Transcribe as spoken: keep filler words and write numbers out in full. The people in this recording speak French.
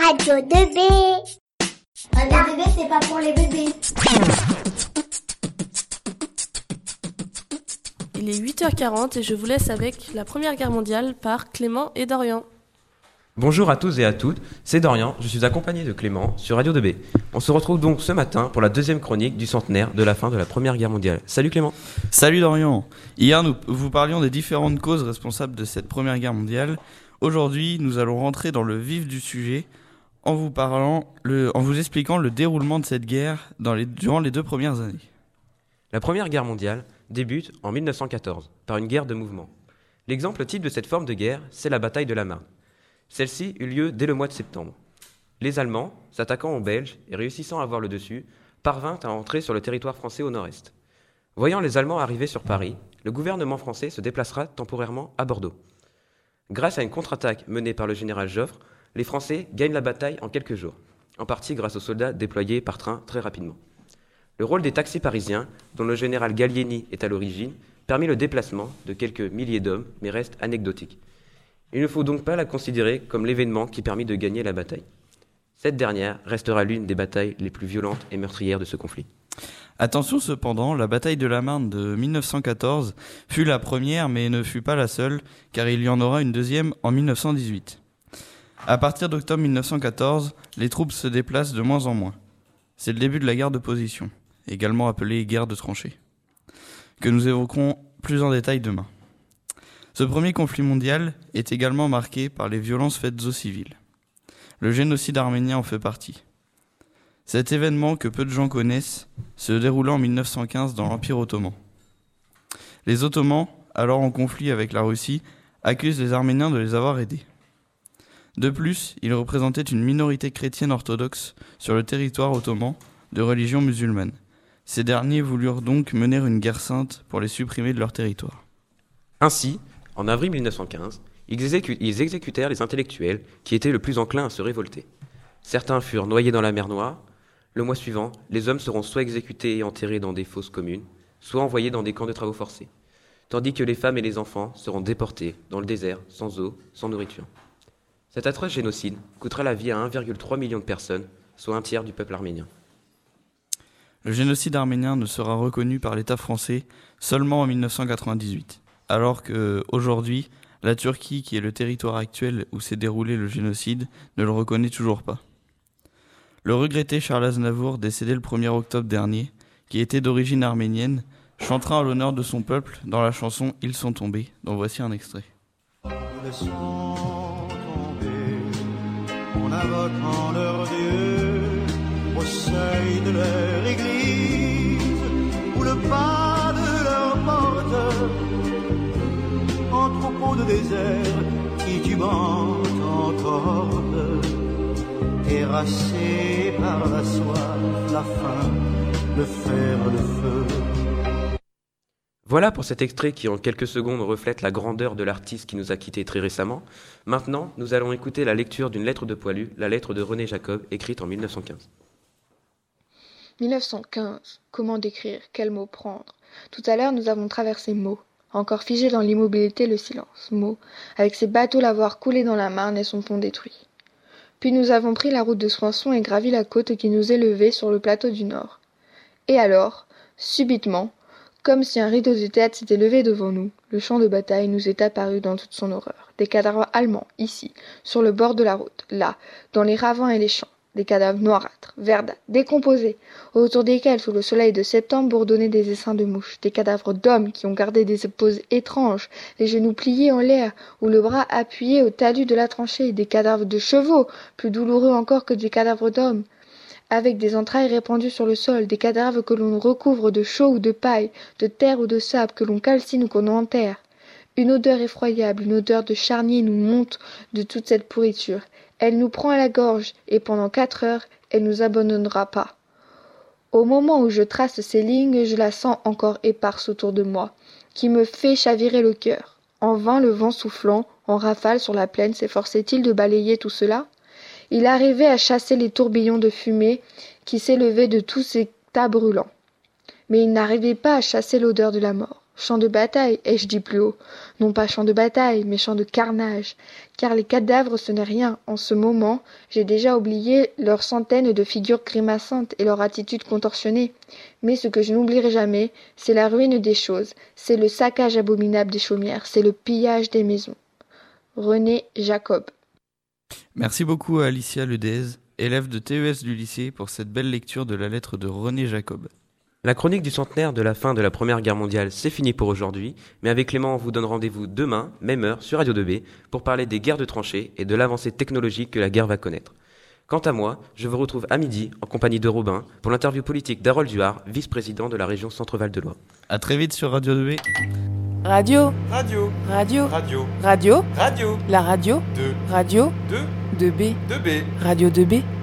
Radio deux B. Radio deux B, c'est pas pour les bébés. Il est huit heures quarante et je vous laisse avec la Première Guerre mondiale par Clément et Dorian. Bonjour à tous et à toutes, c'est Dorian, je suis accompagné de Clément sur Radio deux B. On se retrouve donc ce matin pour la deuxième chronique du centenaire de la fin de la Première Guerre mondiale. Salut Clément. Salut Dorian. Hier, nous vous parlions des différentes causes responsables de cette Première Guerre mondiale. Aujourd'hui, nous allons rentrer dans le vif du sujet en vous parlant, le, en vous expliquant le déroulement de cette guerre dans les, durant les deux premières années. La Première Guerre mondiale débute en mille neuf cent quatorze par une guerre de mouvement. L'exemple type de cette forme de guerre, c'est la bataille de la Marne. Celle-ci eut lieu dès le mois de septembre. Les Allemands, s'attaquant aux Belges et réussissant à avoir le dessus, parvinrent à entrer sur le territoire français au nord-est. Voyant les Allemands arriver sur Paris, le gouvernement français se déplacera temporairement à Bordeaux. Grâce à une contre-attaque menée par le général Joffre, les Français gagnent la bataille en quelques jours, en partie grâce aux soldats déployés par train très rapidement. Le rôle des taxis parisiens, dont le général Gallieni est à l'origine, permit le déplacement de quelques milliers d'hommes, mais reste anecdotique. Il ne faut donc pas la considérer comme l'événement qui permit de gagner la bataille. Cette dernière restera l'une des batailles les plus violentes et meurtrières de ce conflit. Attention cependant, la bataille de la Marne de mille neuf cent quatorze fut la première mais ne fut pas la seule, car il y en aura une deuxième en mille neuf cent dix-huit. À partir d'octobre mille neuf cent quatorze, les troupes se déplacent de moins en moins. C'est le début de la guerre de position, également appelée guerre de tranchées, que nous évoquerons plus en détail demain. Ce premier conflit mondial est également marqué par les violences faites aux civils. Le génocide arménien en fait partie. Cet événement que peu de gens connaissent se déroula en mille neuf cent quinze dans l'Empire ottoman. Les Ottomans, alors en conflit avec la Russie, accusent les Arméniens de les avoir aidés. De plus, ils représentaient une minorité chrétienne orthodoxe sur le territoire ottoman de religion musulmane. Ces derniers voulurent donc mener une guerre sainte pour les supprimer de leur territoire. Ainsi, en avril mille neuf cent quinze, ils, exécu- ils exécutèrent les intellectuels qui étaient le plus enclins à se révolter. Certains furent noyés dans la mer Noire. Le mois suivant, les hommes seront soit exécutés et enterrés dans des fosses communes, soit envoyés dans des camps de travaux forcés, tandis que les femmes et les enfants seront déportés dans le désert, sans eau, sans nourriture. Cet atroce génocide coûtera la vie à un virgule trois million de personnes, soit un tiers du peuple arménien. Le génocide arménien ne sera reconnu par l'État français seulement en mille neuf cent quatre-vingt-dix-huit, alors qu'aujourd'hui, la Turquie, qui est le territoire actuel où s'est déroulé le génocide, ne le reconnaît toujours pas. Le regretté Charles Aznavour, décédé le premier octobre dernier, qui était d'origine arménienne, chantera en l'honneur de son peuple dans la chanson « Ils sont tombés », dont voici un extrait. Ils sont tombés en invoquant leur Dieu au seuil de leur église ou le pas de leur porte en troupeau de désert titubant encore, terrassé par la soif, la faim, le fer, le feu. Voilà pour cet extrait qui en quelques secondes reflète la grandeur de l'artiste qui nous a quittés très récemment. Maintenant, nous allons écouter la lecture d'une lettre de Poilu, la lettre de René Jacob, écrite en mille neuf cent quinze. mille neuf cent quinze. Comment décrire? Quel mot prendre? Tout à l'heure, nous avons traversé Meaux. Encore figé dans l'immobilité, le silence. Meaux, avec ses bateaux l'avoir coulé dans la Marne et son pont détruit. Puis nous avons pris la route de Soissons et gravi la côte qui nous élevait sur le plateau du Nord. Et alors, subitement, comme si un rideau de théâtre s'était levé devant nous, le champ de bataille nous est apparu dans toute son horreur. Des cadavres allemands, ici, sur le bord de la route, là, dans les ravins et les champs. Des cadavres noirâtres, verdâtres, décomposés, autour desquels, sous le soleil de septembre, bourdonnaient des essaims de mouches. Des cadavres d'hommes qui ont gardé des poses étranges, les genoux pliés en l'air, ou le bras appuyé au talus de la tranchée. Des cadavres de chevaux, plus douloureux encore que des cadavres d'hommes, avec des entrailles répandues sur le sol, des cadavres que l'on recouvre de chaux ou de paille, de terre ou de sable, que l'on calcine ou qu'on enterre. Une odeur effroyable, une odeur de charnier nous monte de toute cette pourriture. Elle nous prend à la gorge, et pendant quatre heures, elle nous abandonnera pas. Au moment où je trace ces lignes, je la sens encore éparse autour de moi, qui me fait chavirer le cœur. En vain le vent soufflant, en rafale sur la plaine, s'efforçait-il de balayer tout cela? Il arrivait à chasser les tourbillons de fumée qui s'élevaient de tous ces tas brûlants. Mais il n'arrivait pas à chasser l'odeur de la mort. Champ de bataille, ai-je dit plus haut. Non pas champ de bataille, mais champ de carnage. Car les cadavres, ce n'est rien. En ce moment, j'ai déjà oublié leurs centaines de figures grimaçantes et leur attitude contorsionnée. Mais ce que je n'oublierai jamais, c'est la ruine des choses, c'est le saccage abominable des chaumières, c'est le pillage des maisons. René Jacob. Merci beaucoup à Alicia Ledez, élève de T E S du lycée, pour cette belle lecture de la lettre de René Jacob. La chronique du centenaire de la fin de la Première Guerre mondiale, c'est fini pour aujourd'hui, mais avec Clément, on vous donne rendez-vous demain, même heure, sur Radio deux B, pour parler des guerres de tranchées et de l'avancée technologique que la guerre va connaître. Quant à moi, je vous retrouve à midi, en compagnie de Robin, pour l'interview politique d'Harold Duhard, vice-président de la région Centre-Val de Loire. À très vite sur Radio deux B. Radio. Radio. Radio. Radio. Radio. Radio. La radio. deux. Radio. deux. deux B. deux B. Radio deux B.